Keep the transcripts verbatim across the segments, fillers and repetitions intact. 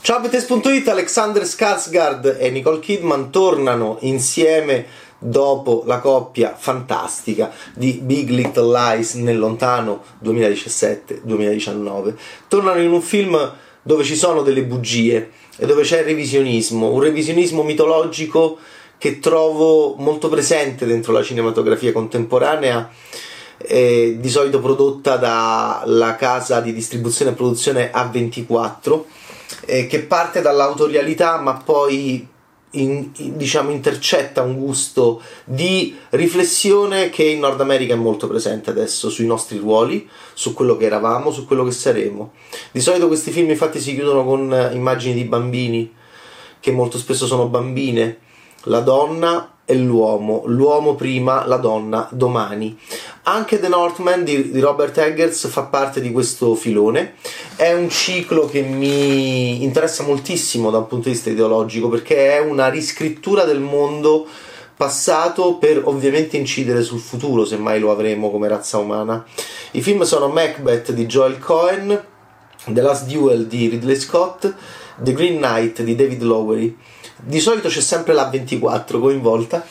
Ciao a Betes punto it, Alexander Skarsgård e Nicole Kidman tornano insieme dopo la coppia fantastica di Big Little Lies nel lontano duemiladiciassette duemiladiciannove. Tornano in un film dove ci sono delle bugie e dove c'è il revisionismo, un revisionismo mitologico che trovo molto presente dentro la cinematografia contemporanea, eh, di solito prodotta dalla casa di distribuzione e produzione A ventiquattro, eh, che parte dall'autorialità ma poi in, in, diciamo intercetta un gusto di riflessione che in Nord America è molto presente adesso, sui nostri ruoli, su quello che eravamo, su quello che saremo. Di solito questi film infatti si chiudono con immagini di bambini che molto spesso sono bambine, la donna e l'uomo, l'uomo prima, la donna domani. Anche The Northman di, di Robert Eggers fa parte di questo filone. È un ciclo che mi interessa moltissimo da un punto di vista ideologico, perché è una riscrittura del mondo passato per ovviamente incidere sul futuro, se mai lo avremo come razza umana. I film sono Macbeth di Joel Cohen, The Last Duel di Ridley Scott, The Green Knight di David Lowery. Di solito c'è sempre la ventiquattro coinvolta,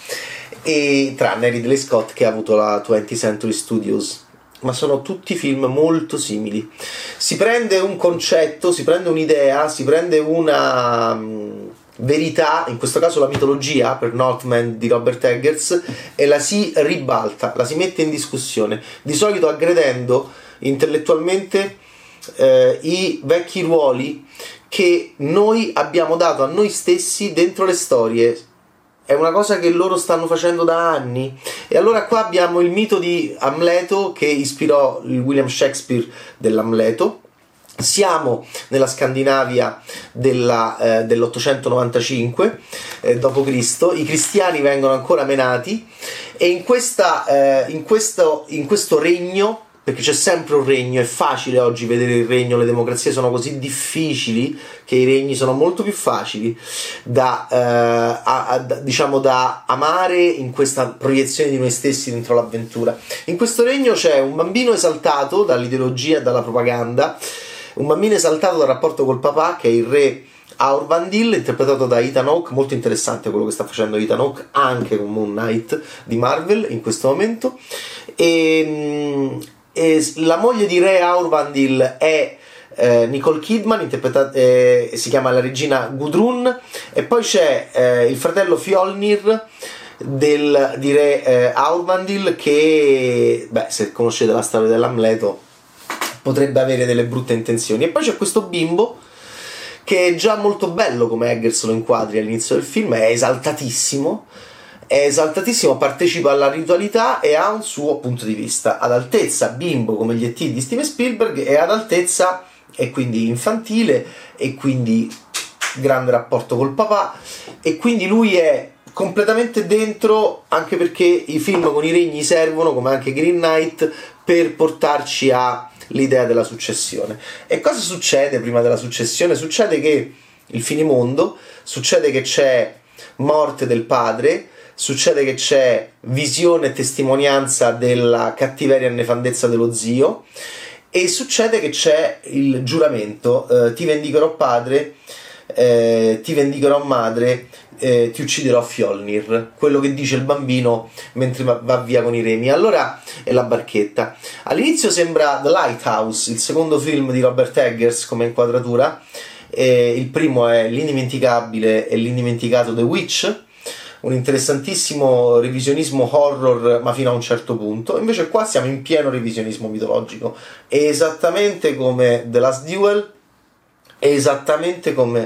e tranne Ridley Scott che ha avuto la twentieth Century Studios, ma sono tutti film molto simili. Si prende un concetto, si prende un'idea, si prende una um, verità, in questo caso la mitologia per Northman di Robert Eggers, e la si ribalta, la si mette in discussione, di solito aggredendo intellettualmente eh, i vecchi ruoli che noi abbiamo dato a noi stessi dentro le storie. È una cosa che loro stanno facendo da anni. E allora qua abbiamo il mito di Amleto che ispirò il William Shakespeare dell'Amleto. Siamo nella Scandinavia della, eh, dell'ottocentonovantacinque eh, dopo Cristo. I cristiani vengono ancora menati, e in, questa, eh, in, questo, in questo regno, perché c'è sempre un regno, è facile oggi vedere il regno, le democrazie sono così difficili che i regni sono molto più facili da, eh, a, a, da, diciamo da amare in questa proiezione di noi stessi dentro l'avventura. In questo regno c'è un bambino esaltato dall'ideologia e dalla propaganda, un bambino esaltato dal rapporto col papà, che è il re Aurvandil, interpretato da Ethan Hawke. Molto interessante quello che sta facendo Ethan Hawke anche con Moon Knight di Marvel in questo momento. E E la moglie di Re Aurvandil è eh, Nicole Kidman, interpretata, eh, si chiama la regina Gudrun, e poi c'è eh, il fratello Fjolnir del, di Re eh, Aurvandil, che, beh, se conoscete la storia dell'Amleto, potrebbe avere delle brutte intenzioni. E poi c'è questo bimbo che è già molto bello, come Eggers lo inquadri all'inizio del film, è esaltatissimo. È esaltatissimo, partecipa alla ritualità e ha un suo punto di vista ad altezza bimbo come gli E T di Steven Spielberg, e ad altezza e quindi infantile, e quindi grande rapporto col papà, e quindi lui è completamente dentro, anche perché i film con i regni servono, come anche Green Knight, per portarci all'idea della successione. E cosa succede prima della successione? Succede che il finimondo, succede che c'è morte del padre, succede che c'è visione e testimonianza della cattiveria e nefandezza dello zio, e succede che c'è il giuramento, eh, ti vendicherò padre, eh, ti vendicherò madre, eh, ti ucciderò Fjolnir, quello che dice il bambino mentre va via con i remi. Allora è la barchetta. All'inizio sembra The Lighthouse, il secondo film di Robert Eggers come inquadratura, eh, il primo è l'indimenticabile e l'indimenticato The Witch, un interessantissimo revisionismo horror, ma fino a un certo punto. Invece qua siamo in pieno revisionismo mitologico, esattamente come The Last Duel, esattamente come,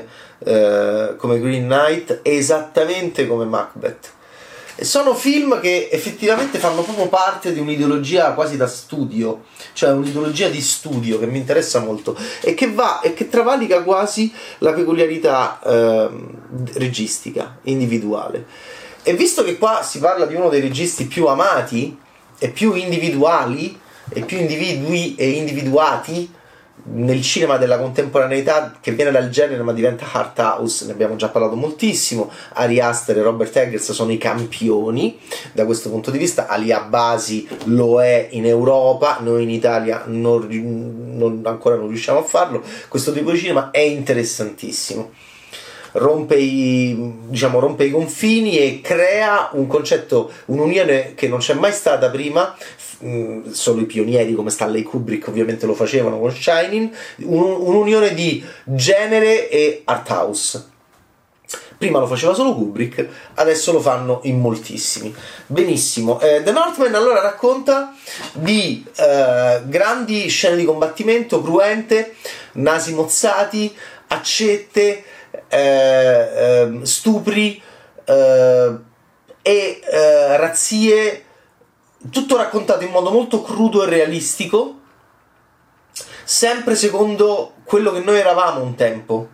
eh, come Green Knight, esattamente come Macbeth. E sono film che effettivamente fanno proprio parte di un'ideologia quasi da studio, cioè un'ideologia di studio che mi interessa molto, e che va e che travalica quasi la peculiarità eh, registica, individuale. E visto che qua si parla di uno dei registi più amati e più individuali e più individui e individuati nel cinema della contemporaneità che viene dal genere ma diventa art house, ne abbiamo già parlato moltissimo. Ari Aster e Robert Eggers sono i campioni da questo punto di vista. Ali Abbasi lo è in Europa, noi in Italia non, non, ancora non riusciamo a farlo. Questo tipo di cinema è interessantissimo, rompe i, diciamo, rompe i confini e crea un concetto, un'unione che non c'è mai stata prima. Solo i pionieri come Stanley Kubrick ovviamente lo facevano con Shining, un, un'unione di genere e art house. Prima lo faceva solo Kubrick, adesso lo fanno in moltissimi. Benissimo. eh, The Northman allora racconta di eh, grandi scene di combattimento cruente, nasi mozzati, accette, eh, eh, stupri eh, e eh, razzie, tutto raccontato in modo molto crudo e realistico, sempre secondo quello che noi eravamo un tempo.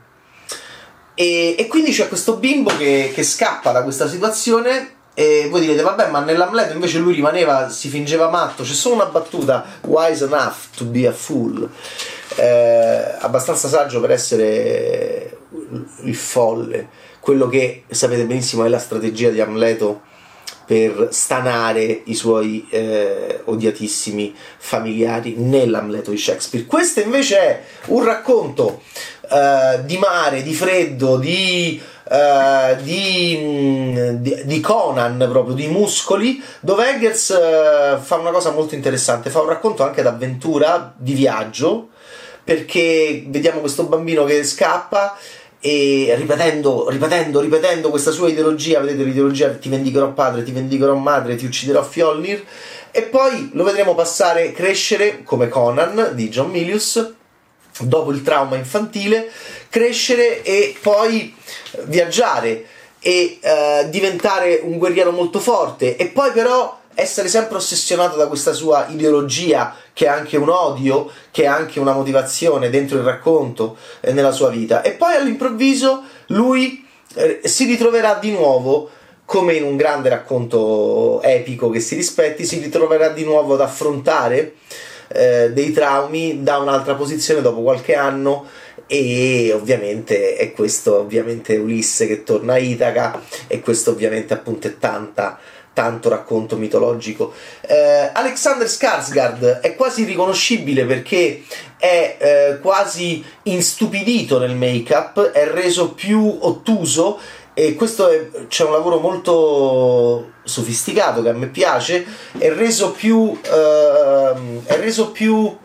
E, e quindi c'è questo bimbo che, che scappa da questa situazione, e voi direte vabbè, ma nell'Amleto invece lui rimaneva, si fingeva matto. C'è solo una battuta: wise enough to be a fool, eh, abbastanza saggio per essere il folle, quello che sapete benissimo è la strategia di Amleto per stanare i suoi eh, odiatissimi familiari nell'Amleto di Shakespeare. Questo invece è un racconto eh, di mare, di freddo, di, eh, di, di, di Conan, proprio di muscoli, dove Eggers eh, fa una cosa molto interessante, fa un racconto anche d'avventura, di viaggio, perché vediamo questo bambino che scappa e ripetendo, ripetendo, ripetendo questa sua ideologia, vedete l'ideologia: ti vendicherò padre, ti vendicherò madre, ti ucciderò Fjolnir, e poi lo vedremo passare, crescere come Conan di John Milius, dopo il trauma infantile, crescere e poi viaggiare e eh, diventare un guerriero molto forte, e poi però essere sempre ossessionato da questa sua ideologia, che è anche un odio, che è anche una motivazione dentro il racconto e nella sua vita. E poi all'improvviso lui eh, si ritroverà di nuovo, come in un grande racconto epico che si rispetti, si ritroverà di nuovo ad affrontare eh, dei traumi da un'altra posizione dopo qualche anno. E ovviamente è questo ovviamente Ulisse che torna a Itaca, e questo ovviamente appunto è tanta tanto racconto mitologico. eh, Alexander Skarsgård è quasi riconoscibile perché è eh, quasi instupidito nel make-up, è reso più ottuso, e questo è, c'è un lavoro molto sofisticato che a me piace, è reso più eh, è reso più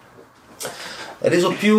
è reso più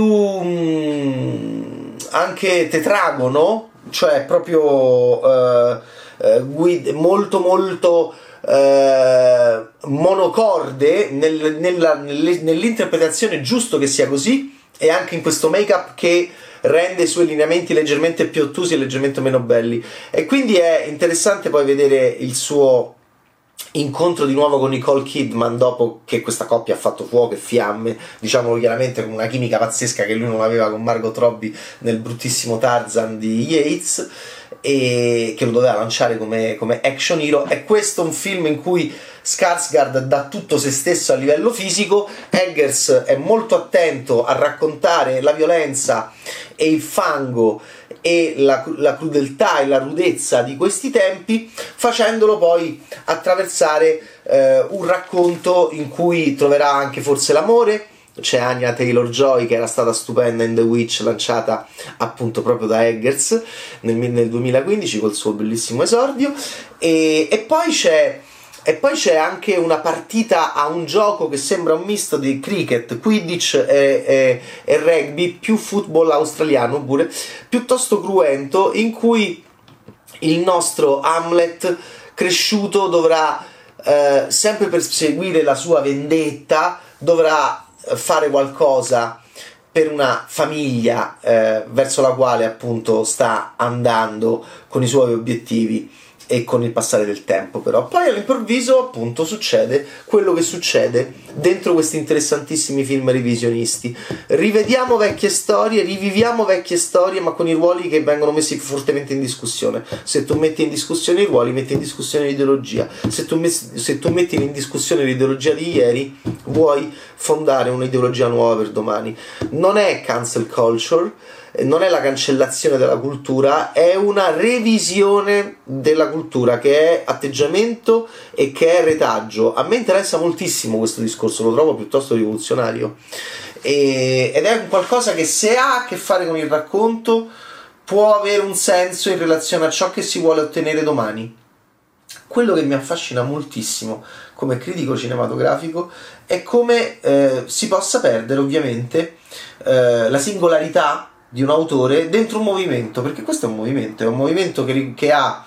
mh, anche tetragono, cioè proprio eh, Uh, guid- molto molto uh, monocorde nel, nella, nelle, nell'interpretazione, giusto che sia così, e anche in questo make-up che rende i suoi lineamenti leggermente più ottusi e leggermente meno belli. E quindi è interessante poi vedere il suo incontro di nuovo con Nicole Kidman dopo che questa coppia ha fatto fuoco e fiamme, diciamolo chiaramente, con una chimica pazzesca che lui non aveva con Margot Robbie nel bruttissimo Tarzan di Yates, e che lo doveva lanciare come, come action hero. È questo un film in cui Skarsgård dà tutto se stesso a livello fisico. Eggers è molto attento a raccontare la violenza e il fango e la, la crudeltà e la rudezza di questi tempi, facendolo poi attraversare eh, un racconto in cui troverà anche forse l'amore. C'è Anya Taylor-Joy che era stata stupenda in The Witch, lanciata appunto proprio da Eggers nel, nel duemilaquindici col suo bellissimo esordio, e, e poi c'è e poi c'è anche una partita a un gioco che sembra un misto di cricket, quidditch e, e, e rugby, più football australiano pure, piuttosto cruento, in cui il nostro Hamlet cresciuto dovrà eh, sempre perseguire la sua vendetta, dovrà fare qualcosa per una famiglia eh, verso la quale appunto sta andando con i suoi obiettivi e con il passare del tempo. Però poi all'improvviso appunto succede quello che succede dentro questi interessantissimi film revisionisti. Rivediamo vecchie storie, riviviamo vecchie storie, ma con i ruoli che vengono messi fortemente in discussione. Se tu metti in discussione i ruoli, metti in discussione l'ideologia. Se tu, mes- se tu metti in discussione l'ideologia di ieri, vuoi fondare un'ideologia nuova per domani. Non è cancel culture, non è la cancellazione della cultura, è una revisione della cultura, che è atteggiamento e che è retaggio. A me interessa moltissimo questo discorso, lo trovo piuttosto rivoluzionario, e, ed è qualcosa che, se ha a che fare con il racconto, può avere un senso in relazione a ciò che si vuole ottenere domani. Quello che mi affascina moltissimo come critico cinematografico è come eh, si possa perdere ovviamente eh, la singolarità di un autore dentro un movimento, perché questo è un movimento, è un movimento che, che ha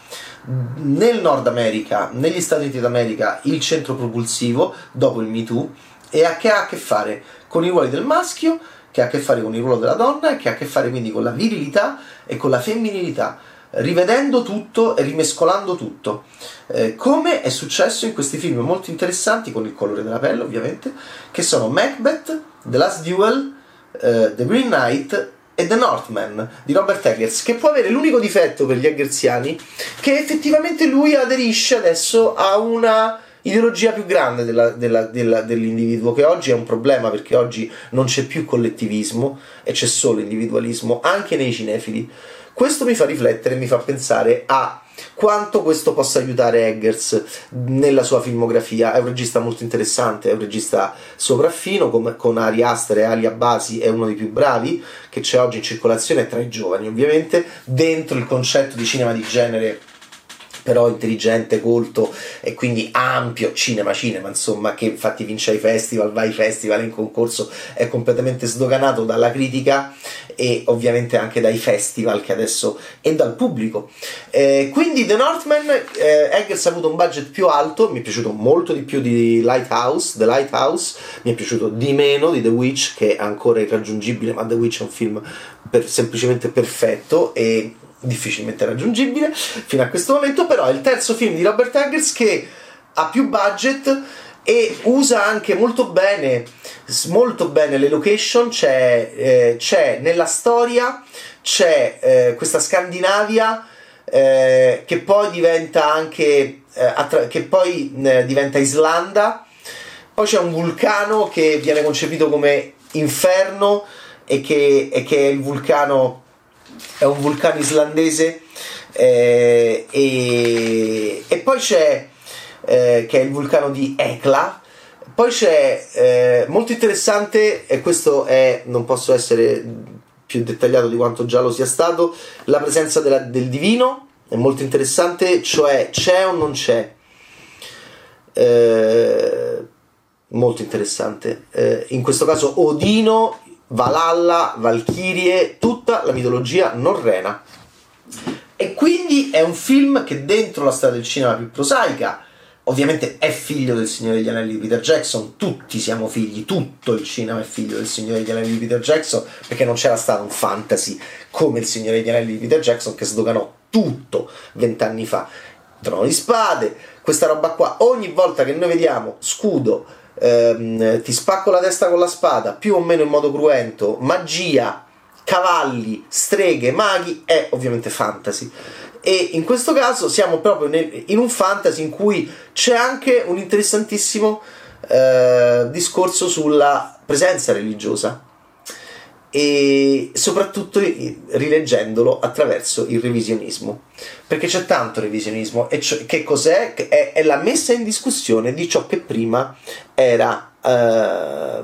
nel Nord America, negli Stati Uniti d'America, il centro propulsivo dopo il Me Too, e ha, che ha a che fare con i ruoli del maschio, che ha a che fare con il ruolo della donna, e che ha a che fare quindi con la virilità e con la femminilità, rivedendo tutto e rimescolando tutto, eh, come è successo in questi film molto interessanti, con il colore della pelle ovviamente, che sono Macbeth, The Last Duel, eh, The Green Knight e The Northman di Robert Eggers, che può avere l'unico difetto per gli eggersiani, che effettivamente lui aderisce adesso a una ideologia più grande della, della, della, dell'individuo, che oggi è un problema, perché oggi non c'è più collettivismo e c'è solo individualismo anche nei cinefili. Questo mi fa riflettere, mi fa pensare a quanto questo possa aiutare Eggers nella sua filmografia. È un regista molto interessante, è un regista sopraffino, come con Ari Aster e Ali Abbasi, è uno dei più bravi che c'è oggi in circolazione tra i giovani, ovviamente, dentro il concetto di cinema di genere, però intelligente, colto e quindi ampio, cinema cinema insomma, che infatti vince ai festival, va ai festival in concorso, è completamente sdoganato dalla critica e ovviamente anche dai festival che adesso, e dal pubblico. Eh, quindi The Northman, eh, Eggers ha avuto un budget più alto, mi è piaciuto molto di più di Lighthouse, The Lighthouse, mi è piaciuto di meno di The Witch, che è ancora irraggiungibile, ma The Witch è un film per, semplicemente perfetto e difficilmente raggiungibile fino a questo momento. Però è il terzo film di Robert Eggers che ha più budget e usa anche molto bene molto bene le location. C'è, eh, c'è nella storia c'è eh, questa Scandinavia eh, che poi diventa anche eh, attra- che poi eh, diventa Islanda. Poi c'è un vulcano che viene concepito come inferno e che, e che è il vulcano è un vulcano islandese, eh, e, e poi c'è eh, che è il vulcano di Hekla. Poi c'è eh, molto interessante, e questo è, non posso essere più dettagliato di quanto già lo sia stato, la presenza della, del divino è molto interessante, cioè c'è o non c'è, eh, molto interessante, eh, in questo caso Odino, Valhalla, Valchirie, tutta la mitologia norrena. E quindi è un film che dentro la storia del cinema più prosaica, ovviamente è figlio del Signore degli Anelli di Peter Jackson, tutti siamo figli, tutto il cinema è figlio del Signore degli Anelli di Peter Jackson, perché non c'era stato un fantasy come il Signore degli Anelli di Peter Jackson che sdoganò tutto vent'anni fa. Trono di Spade, questa roba qua, ogni volta che noi vediamo scudo, ehm, ti spacco la testa con la spada, più o meno in modo cruento, magia, cavalli, streghe, maghi, è ovviamente fantasy. E in questo caso siamo proprio nel, in un fantasy in cui c'è anche un interessantissimo eh, discorso sulla presenza religiosa, e soprattutto rileggendolo attraverso il revisionismo, perché c'è tanto revisionismo. E cioè, che cos'è? È, è la messa in discussione di ciò che prima era eh,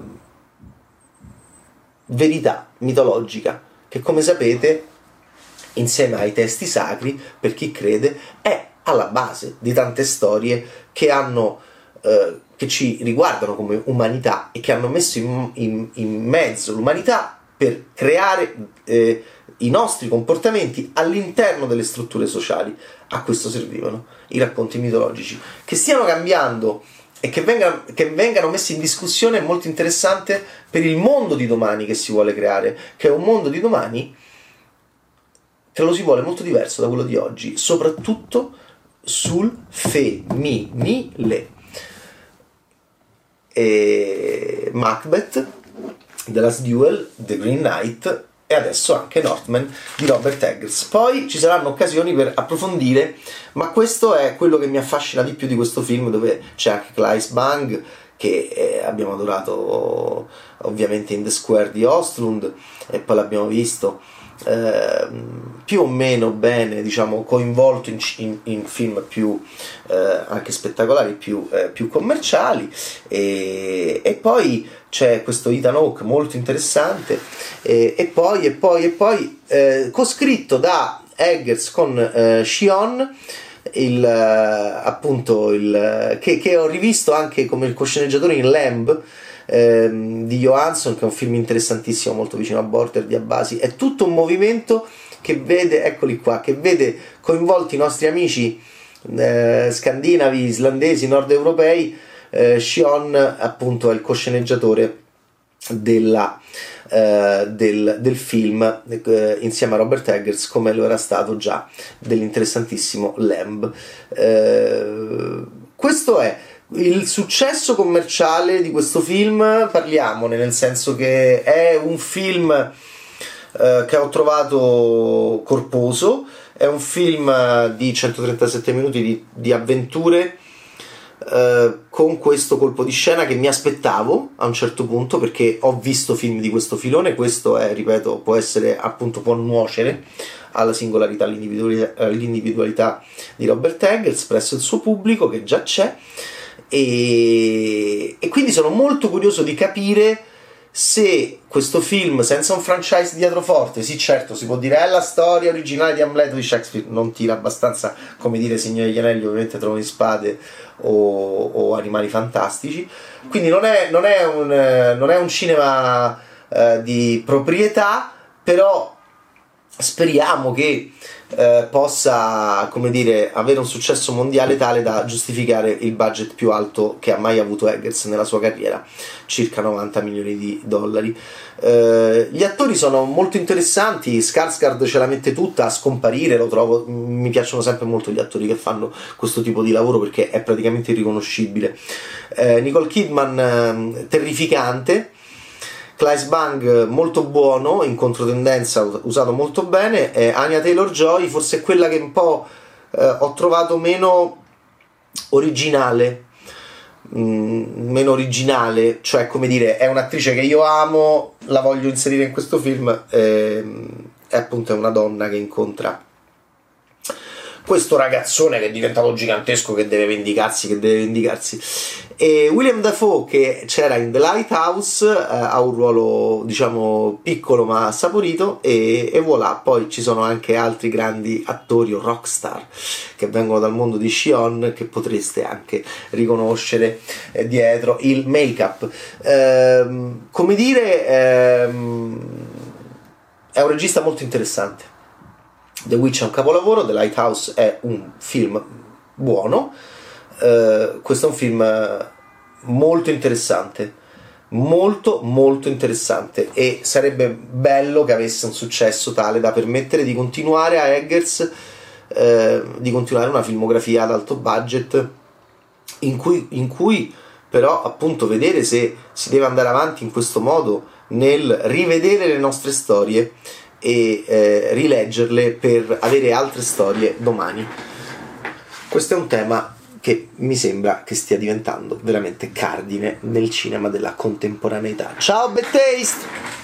verità mitologica, che come sapete, insieme ai testi sacri, per chi crede, è alla base di tante storie che hanno eh, che ci riguardano come umanità e che hanno messo in, in, in mezzo l'umanità per creare eh, i nostri comportamenti all'interno delle strutture sociali. A questo servivano i racconti mitologici. Che stiano cambiando e che vengano, che vengano messi in discussione è molto interessante per il mondo di domani che si vuole creare, che è un mondo di domani che lo si vuole molto diverso da quello di oggi, soprattutto sul femminile. E Macbeth, The Last Duel, The Green Knight e adesso anche Northman di Robert Eggers. Poi ci saranno occasioni per approfondire, ma questo è quello che mi affascina di più di questo film, dove c'è anche Clive Bang, che eh, abbiamo adorato ovviamente in The Square di Östlund, e poi l'abbiamo visto eh, più o meno bene, diciamo, coinvolto in, in, in film più eh, anche spettacolari, più, eh, più commerciali, e, e poi c'è questo Ethan Hawke molto interessante, e, e poi e poi e poi eh, coscritto da Eggers con eh, Shion, il appunto il che, che ho rivisto anche come cosceneggiatore in Lamb ehm, di Johansson, che è un film interessantissimo molto vicino a Border di Abbasi. È tutto un movimento che vede, eccoli qua, che vede coinvolti i nostri amici eh, scandinavi, islandesi, nord europei. eh, Shion appunto è il cosceneggiatore della Uh, del, del film uh, insieme a Robert Eggers, come lo era stato già dell'interessantissimo Lamb. Uh, questo è il successo commerciale di questo film, parliamone, nel senso che è un film uh, che ho trovato corposo, è un film di centotrentasette minuti di, di avventure, Uh, con questo colpo di scena che mi aspettavo a un certo punto, perché ho visto film di questo filone. Questo è, ripeto, può essere appunto, può nuocere alla singolarità, all'individualità, all'individualità di Robert Eggers presso il suo pubblico, che già c'è, e, e quindi sono molto curioso di capire se questo film, senza un franchise dietro forte, sì certo si può dire è la storia originale di Amleto di Shakespeare, non tira abbastanza, come dire Signore degli Anelli, ovviamente Trono di Spade o, o Animali Fantastici, quindi non è, non è, un, non è un cinema eh, di proprietà, però speriamo che eh, possa, come dire, avere un successo mondiale tale da giustificare il budget più alto che ha mai avuto Eggers nella sua carriera, circa novanta milioni di dollari. Eh, gli attori sono molto interessanti, Skarsgård ce la mette tutta a scomparire, lo trovo, mi piacciono sempre molto gli attori che fanno questo tipo di lavoro perché è praticamente irriconoscibile. Eh, Nicole Kidman eh, terrificante, Clive Bang molto buono, in controtendenza, usato molto bene, eh, Anya Taylor-Joy forse è quella che un po' eh, ho trovato meno originale, mh, meno originale, cioè come dire, è un'attrice che io amo, la voglio inserire in questo film, eh, è appunto una donna che incontra questo ragazzone che è diventato gigantesco, che deve vendicarsi, che deve vendicarsi. E William Dafoe, che c'era in The Lighthouse, eh, ha un ruolo, diciamo, piccolo ma saporito, e, e voilà, poi ci sono anche altri grandi attori o rockstar che vengono dal mondo di Shion, che potreste anche riconoscere eh, dietro il make-up. Ehm, come dire, ehm, è un regista molto interessante. The Witch è un capolavoro, The Lighthouse è un film buono, uh, questo è un film molto interessante, molto molto interessante, e sarebbe bello che avesse un successo tale da permettere di continuare a Eggers, uh, di continuare una filmografia ad alto budget, in cui, in cui però appunto vedere se si deve andare avanti in questo modo nel rivedere le nostre storie e eh, rileggerle per avere altre storie domani. Questo è un tema che mi sembra che stia diventando veramente cardine nel cinema della contemporaneità. Ciao Bad Taste!